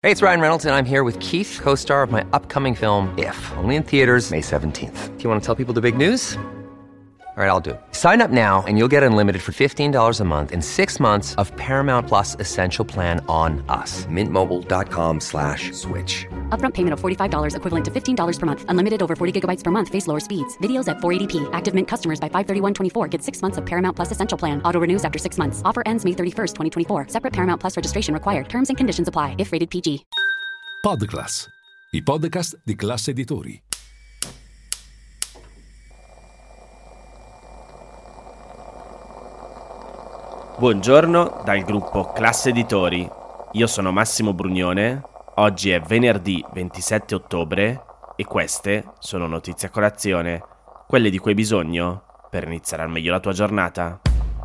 Hey, it's Ryan Reynolds, and I'm here with Keith, co-star of my upcoming film, If, only in theaters May 17th. Do you want to tell people the big news? All right, I'll do it. Sign up now and you'll get unlimited for $15 a month and 6 months of Paramount Plus Essential Plan on us. MintMobile.com/switch. Upfront payment of $45 equivalent to $15 per month. Unlimited over 40 gigabytes per month. Face lower speeds. Videos at 480p. Active Mint customers by 531.24 get 6 months of Paramount Plus Essential Plan. Auto renews after 6 months. Offer ends May 31st, 2024. Separate Paramount Plus registration required. Terms and conditions apply if rated PG. Podclass, i podcast di Classe Editori. Buongiorno dal gruppo Classe Editori. Io sono Massimo Brugnone. Oggi è venerdì 27 ottobre e queste sono notizie a colazione, quelle di cui hai bisogno per iniziare al meglio la tua giornata.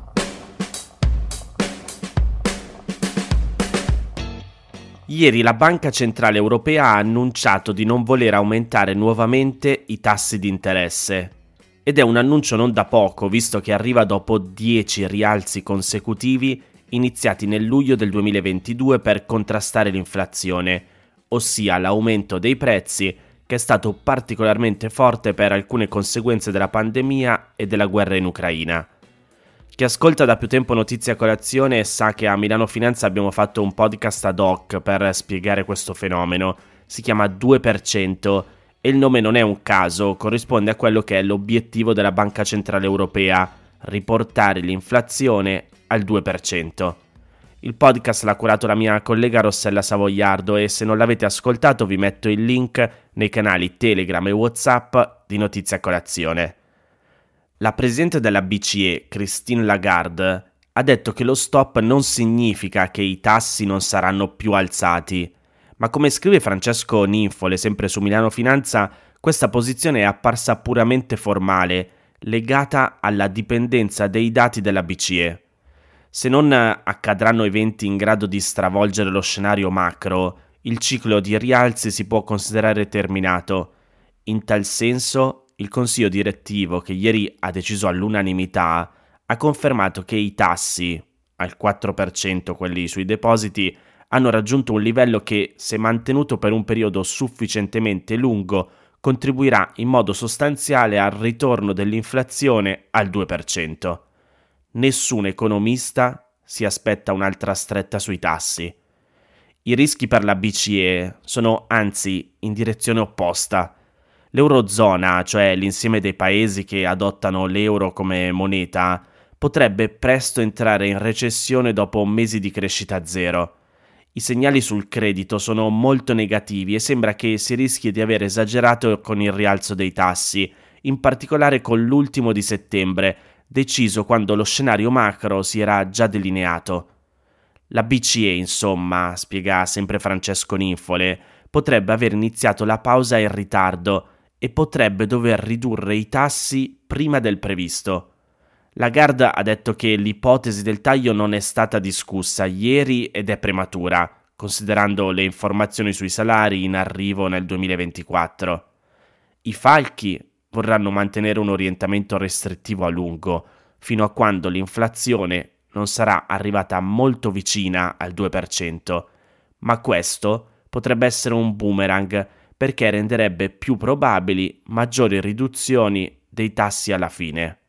Ieri la Banca Centrale Europea ha annunciato di non voler aumentare nuovamente i tassi di interesse. Ed è un annuncio non da poco, visto che arriva dopo 10 rialzi consecutivi iniziati nel luglio del 2022 per contrastare l'inflazione, ossia l'aumento dei prezzi che è stato particolarmente forte per alcune conseguenze della pandemia e della guerra in Ucraina. Chi ascolta da più tempo Notizie a Colazione sa che a Milano Finanza abbiamo fatto un podcast ad hoc per spiegare questo fenomeno. Si chiama 2%. E il nome non è un caso, corrisponde a quello che è l'obiettivo della Banca Centrale Europea, riportare l'inflazione al 2%. Il podcast l'ha curato la mia collega Rossella Savoiardo e se non l'avete ascoltato vi metto il link nei canali Telegram e WhatsApp di Notizie a Colazione. La presidente della BCE, Christine Lagarde, ha detto che lo stop non significa che i tassi non saranno più alzati. Ma come scrive Francesco Ninfole, sempre su Milano Finanza, questa posizione è apparsa puramente formale, legata alla dipendenza dei dati della BCE. Se non accadranno eventi in grado di stravolgere lo scenario macro, il ciclo di rialzi si può considerare terminato. In tal senso, il Consiglio direttivo, che ieri ha deciso all'unanimità, ha confermato che i tassi, al 4% quelli sui depositi, hanno raggiunto un livello che, se mantenuto per un periodo sufficientemente lungo, contribuirà in modo sostanziale al ritorno dell'inflazione al 2%. Nessun economista si aspetta un'altra stretta sui tassi. I rischi per la BCE sono anzi in direzione opposta. L'Eurozona, cioè l'insieme dei paesi che adottano l'euro come moneta, potrebbe presto entrare in recessione dopo mesi di crescita zero. I segnali sul credito sono molto negativi e sembra che si rischi di aver esagerato con il rialzo dei tassi, in particolare con l'ultimo di settembre, deciso quando lo scenario macro si era già delineato. La BCE, insomma, spiega sempre Francesco Ninfole, potrebbe aver iniziato la pausa in ritardo e potrebbe dover ridurre i tassi prima del previsto. Lagarde ha detto che l'ipotesi del taglio non è stata discussa ieri ed è prematura, considerando le informazioni sui salari in arrivo nel 2024. I falchi vorranno mantenere un orientamento restrittivo a lungo, fino a quando l'inflazione non sarà arrivata molto vicina al 2%, ma questo potrebbe essere un boomerang perché renderebbe più probabili maggiori riduzioni dei tassi alla fine.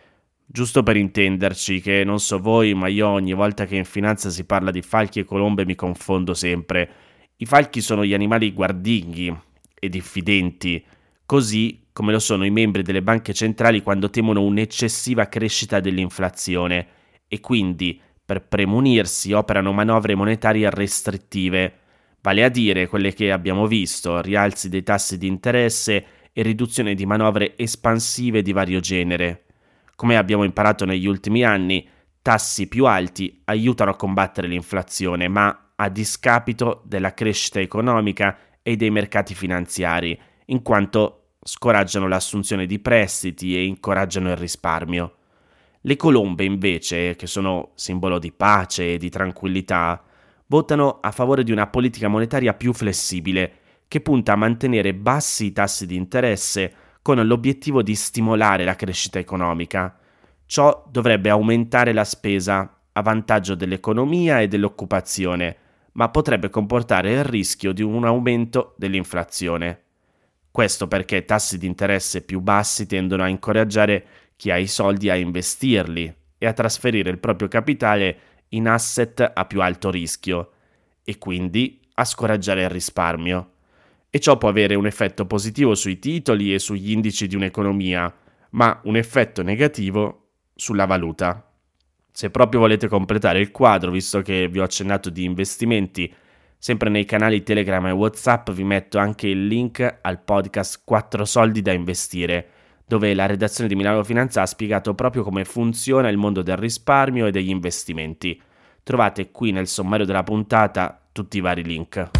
Giusto per intenderci, che non so voi, ma io ogni volta che in finanza si parla di falchi e colombe mi confondo sempre. I falchi sono gli animali guardinghi e diffidenti, così come lo sono i membri delle banche centrali quando temono un'eccessiva crescita dell'inflazione e quindi, per premunirsi, operano manovre monetarie restrittive, vale a dire quelle che abbiamo visto, rialzi dei tassi di interesse e riduzione di manovre espansive di vario genere. Come abbiamo imparato negli ultimi anni, tassi più alti aiutano a combattere l'inflazione, ma a discapito della crescita economica e dei mercati finanziari, in quanto scoraggiano l'assunzione di prestiti e incoraggiano il risparmio. Le colombe, invece, che sono simbolo di pace e di tranquillità, votano a favore di una politica monetaria più flessibile, che punta a mantenere bassi i tassi di interesse con l'obiettivo di stimolare la crescita economica. Ciò dovrebbe aumentare la spesa a vantaggio dell'economia e dell'occupazione, ma potrebbe comportare il rischio di un aumento dell'inflazione. Questo perché tassi di interesse più bassi tendono a incoraggiare chi ha i soldi a investirli e a trasferire il proprio capitale in asset a più alto rischio e quindi a scoraggiare il risparmio. E ciò può avere un effetto positivo sui titoli e sugli indici di un'economia, ma un effetto negativo sulla valuta. Se proprio volete completare il quadro, visto che vi ho accennato di investimenti, sempre nei canali Telegram e WhatsApp vi metto anche il link al podcast 4 soldi da investire, dove la redazione di Milano Finanza ha spiegato proprio come funziona il mondo del risparmio e degli investimenti. Trovate qui nel sommario della puntata tutti i vari link.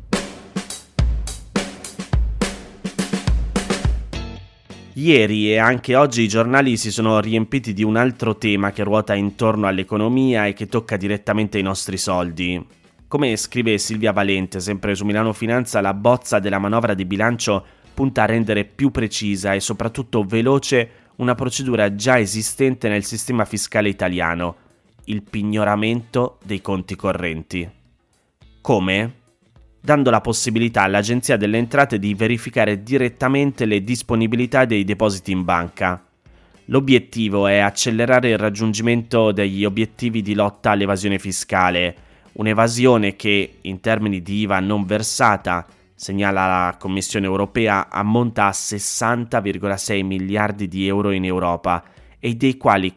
Ieri e anche oggi i giornali si sono riempiti di un altro tema che ruota intorno all'economia e che tocca direttamente i nostri soldi. Come scrive Silvia Valente, sempre su Milano Finanza, la bozza della manovra di bilancio punta a rendere più precisa e soprattutto veloce una procedura già esistente nel sistema fiscale italiano, il pignoramento dei conti correnti. Come? Dando la possibilità all'Agenzia delle Entrate di verificare direttamente le disponibilità dei depositi in banca. L'obiettivo è accelerare il raggiungimento degli obiettivi di lotta all'evasione fiscale, un'evasione che, in termini di IVA non versata, segnala la Commissione europea, ammonta a 60,6 miliardi di euro in Europa e dei quali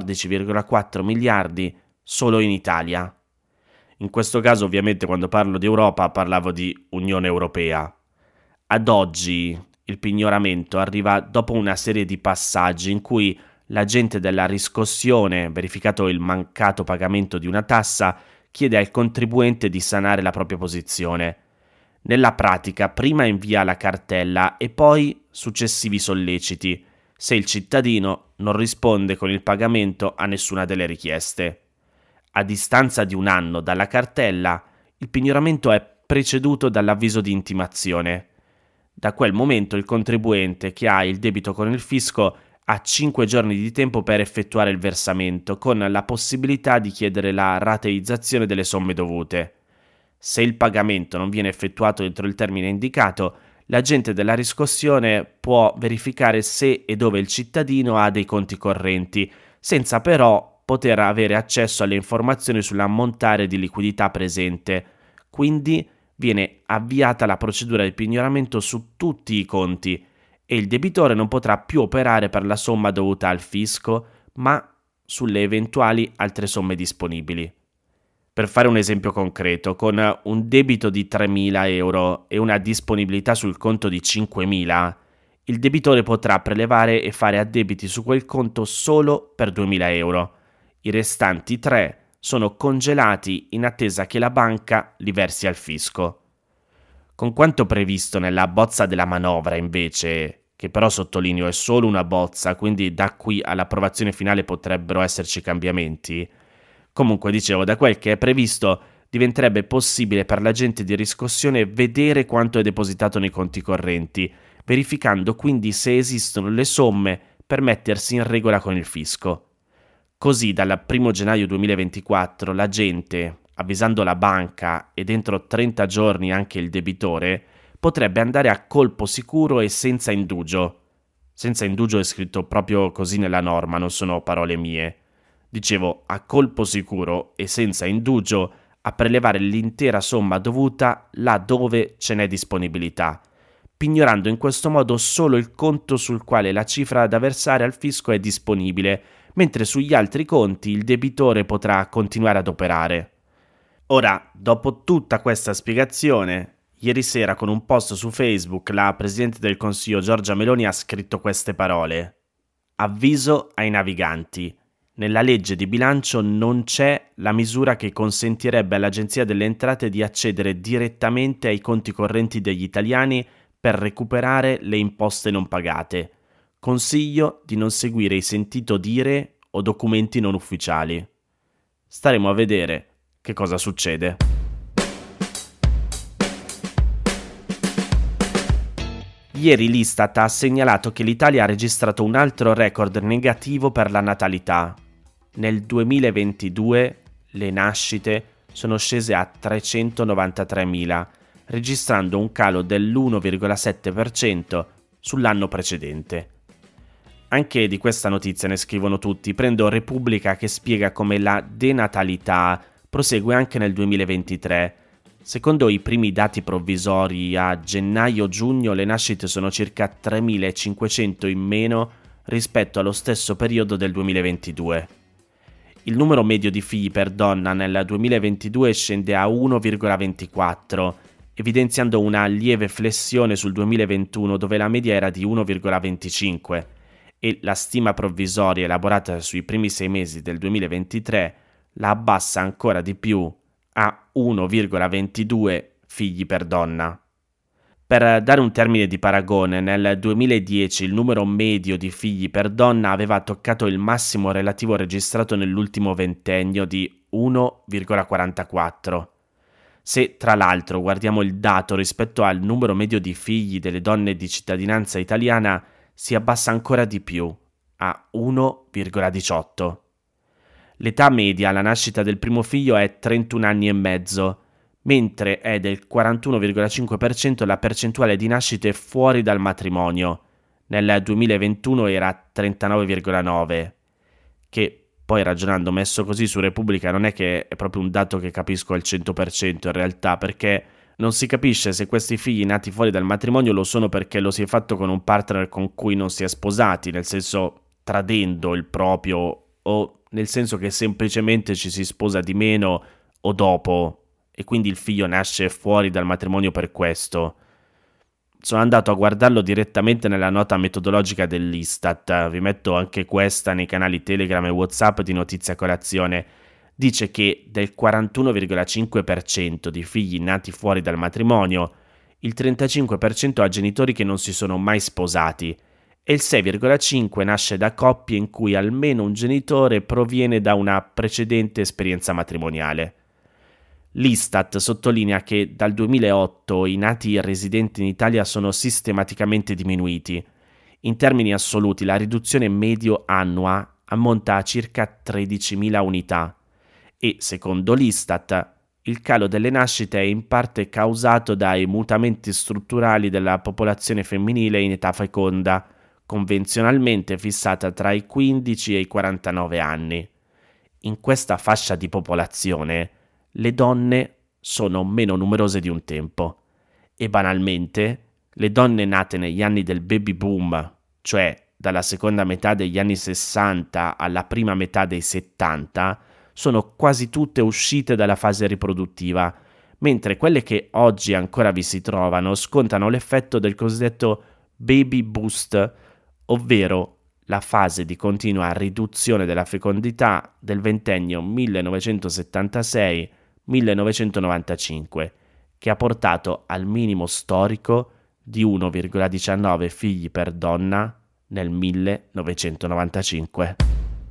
14,4 miliardi solo in Italia. In questo caso, ovviamente, quando parlo di Europa parlavo di Unione Europea. Ad oggi il pignoramento arriva dopo una serie di passaggi in cui l'agente della riscossione, verificato il mancato pagamento di una tassa, chiede al contribuente di sanare la propria posizione. Nella pratica prima invia la cartella e poi successivi solleciti, se il cittadino non risponde con il pagamento a nessuna delle richieste. A distanza di un anno dalla cartella, il pignoramento è preceduto dall'avviso di intimazione. Da quel momento il contribuente che ha il debito con il fisco ha 5 giorni di tempo per effettuare il versamento, con la possibilità di chiedere la rateizzazione delle somme dovute. Se il pagamento non viene effettuato entro il termine indicato, l'agente della riscossione può verificare se e dove il cittadino ha dei conti correnti, senza però poter avere accesso alle informazioni sull'ammontare di liquidità presente. Quindi viene avviata la procedura di pignoramento su tutti i conti e il debitore non potrà più operare per la somma dovuta al fisco, ma sulle eventuali altre somme disponibili. Per fare un esempio concreto, con un debito di 3.000 euro e una disponibilità sul conto di 5.000, il debitore potrà prelevare e fare addebiti su quel conto solo per 2.000 euro. I restanti 3 sono congelati in attesa che la banca li versi al fisco. Con quanto previsto nella bozza della manovra, invece, che però sottolineo è solo una bozza, quindi da qui all'approvazione finale potrebbero esserci cambiamenti. Comunque, dicevo, da quel che è previsto diventerebbe possibile per l'agente di riscossione vedere quanto è depositato nei conti correnti, verificando quindi se esistono le somme per mettersi in regola con il fisco. Così dal 1 gennaio 2024 l'agente, avvisando la banca e dentro 30 giorni anche il debitore, potrebbe andare a colpo sicuro e senza indugio. Senza indugio è scritto proprio così nella norma, non sono parole mie. Dicevo, a colpo sicuro e senza indugio a prelevare l'intera somma dovuta là dove ce n'è disponibilità, pignorando in questo modo solo il conto sul quale la cifra da versare al fisco è disponibile, mentre sugli altri conti il debitore potrà continuare ad operare. Ora, dopo tutta questa spiegazione, ieri sera con un post su Facebook la Presidente del Consiglio Giorgia Meloni ha scritto queste parole: avviso ai naviganti. Nella legge di bilancio non c'è la misura che consentirebbe all'Agenzia delle Entrate di accedere direttamente ai conti correnti degli italiani per recuperare le imposte non pagate. Consiglio di non seguire i sentito dire o documenti non ufficiali. Staremo a vedere che cosa succede. Ieri l'Istat ha segnalato che l'Italia ha registrato un altro record negativo per la natalità. Nel 2022 le nascite sono scese a 393.000, registrando un calo dell'1,7% sull'anno precedente. Anche di questa notizia ne scrivono tutti. Prendo Repubblica che spiega come la denatalità prosegue anche nel 2023. Secondo i primi dati provvisori, a gennaio-giugno le nascite sono circa 3.500 in meno rispetto allo stesso periodo del 2022. Il numero medio di figli per donna nel 2022 scende a 1,24, evidenziando una lieve flessione sul 2021 dove la media era di 1,25 e la stima provvisoria elaborata sui primi 6 mesi del 2023 la abbassa ancora di più a 1,22 figli per donna. Per dare un termine di paragone, nel 2010 il numero medio di figli per donna aveva toccato il massimo relativo registrato nell'ultimo ventennio di 1,44. Se tra l'altro guardiamo il dato rispetto al numero medio di figli delle donne di cittadinanza italiana, si abbassa ancora di più, a 1,18. L'età media alla nascita del primo figlio è 31 anni e mezzo, mentre è del 41,5% la percentuale di nascite fuori dal matrimonio. Nel 2021 era 39,9%, che poi ragionando messo così su Repubblica non è che è proprio un dato che capisco al 100% in realtà, perché non si capisce se questi figli nati fuori dal matrimonio lo sono perché lo si è fatto con un partner con cui non si è sposati, nel senso tradendo il proprio, o nel senso che semplicemente ci si sposa di meno o dopo e quindi il figlio nasce fuori dal matrimonio per questo. Sono andato a guardarlo direttamente nella nota metodologica dell'Istat, vi metto anche questa nei canali Telegram e WhatsApp di Notizia Colazione. Dice che del 41,5% di figli nati fuori dal matrimonio, il 35% ha genitori che non si sono mai sposati e il 6,5% nasce da coppie in cui almeno un genitore proviene da una precedente esperienza matrimoniale. L'Istat sottolinea che dal 2008 i nati residenti in Italia sono sistematicamente diminuiti. In termini assoluti la riduzione medio annua ammonta a circa 13.000 unità. E, secondo l'Istat, il calo delle nascite è in parte causato dai mutamenti strutturali della popolazione femminile in età feconda, convenzionalmente fissata tra i 15 e i 49 anni. In questa fascia di popolazione, le donne sono meno numerose di un tempo e banalmente le donne nate negli anni del baby boom, cioè dalla seconda metà degli anni 60 alla prima metà dei 70, sono quasi tutte uscite dalla fase riproduttiva, mentre quelle che oggi ancora vi si trovano scontano l'effetto del cosiddetto baby boost, ovvero la fase di continua riduzione della fecondità del ventennio 1976-1995, che ha portato al minimo storico di 1,19 figli per donna nel 1995.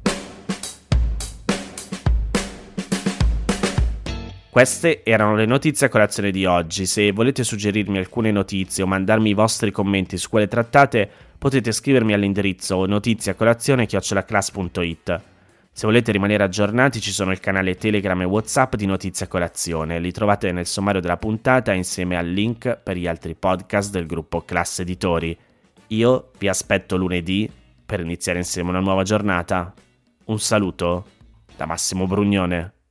Queste erano le notizie a colazione di oggi. Se volete suggerirmi alcune notizie o mandarmi i vostri commenti su quelle trattate, potete scrivermi all'indirizzo notiziacolazione@class.it. Se volete rimanere aggiornati ci sono il canale Telegram e WhatsApp di Notizia Colazione. Li trovate nel sommario della puntata insieme al link per gli altri podcast del gruppo Class Editori. Io vi aspetto lunedì per iniziare insieme una nuova giornata. Un saluto da Massimo Brugnone.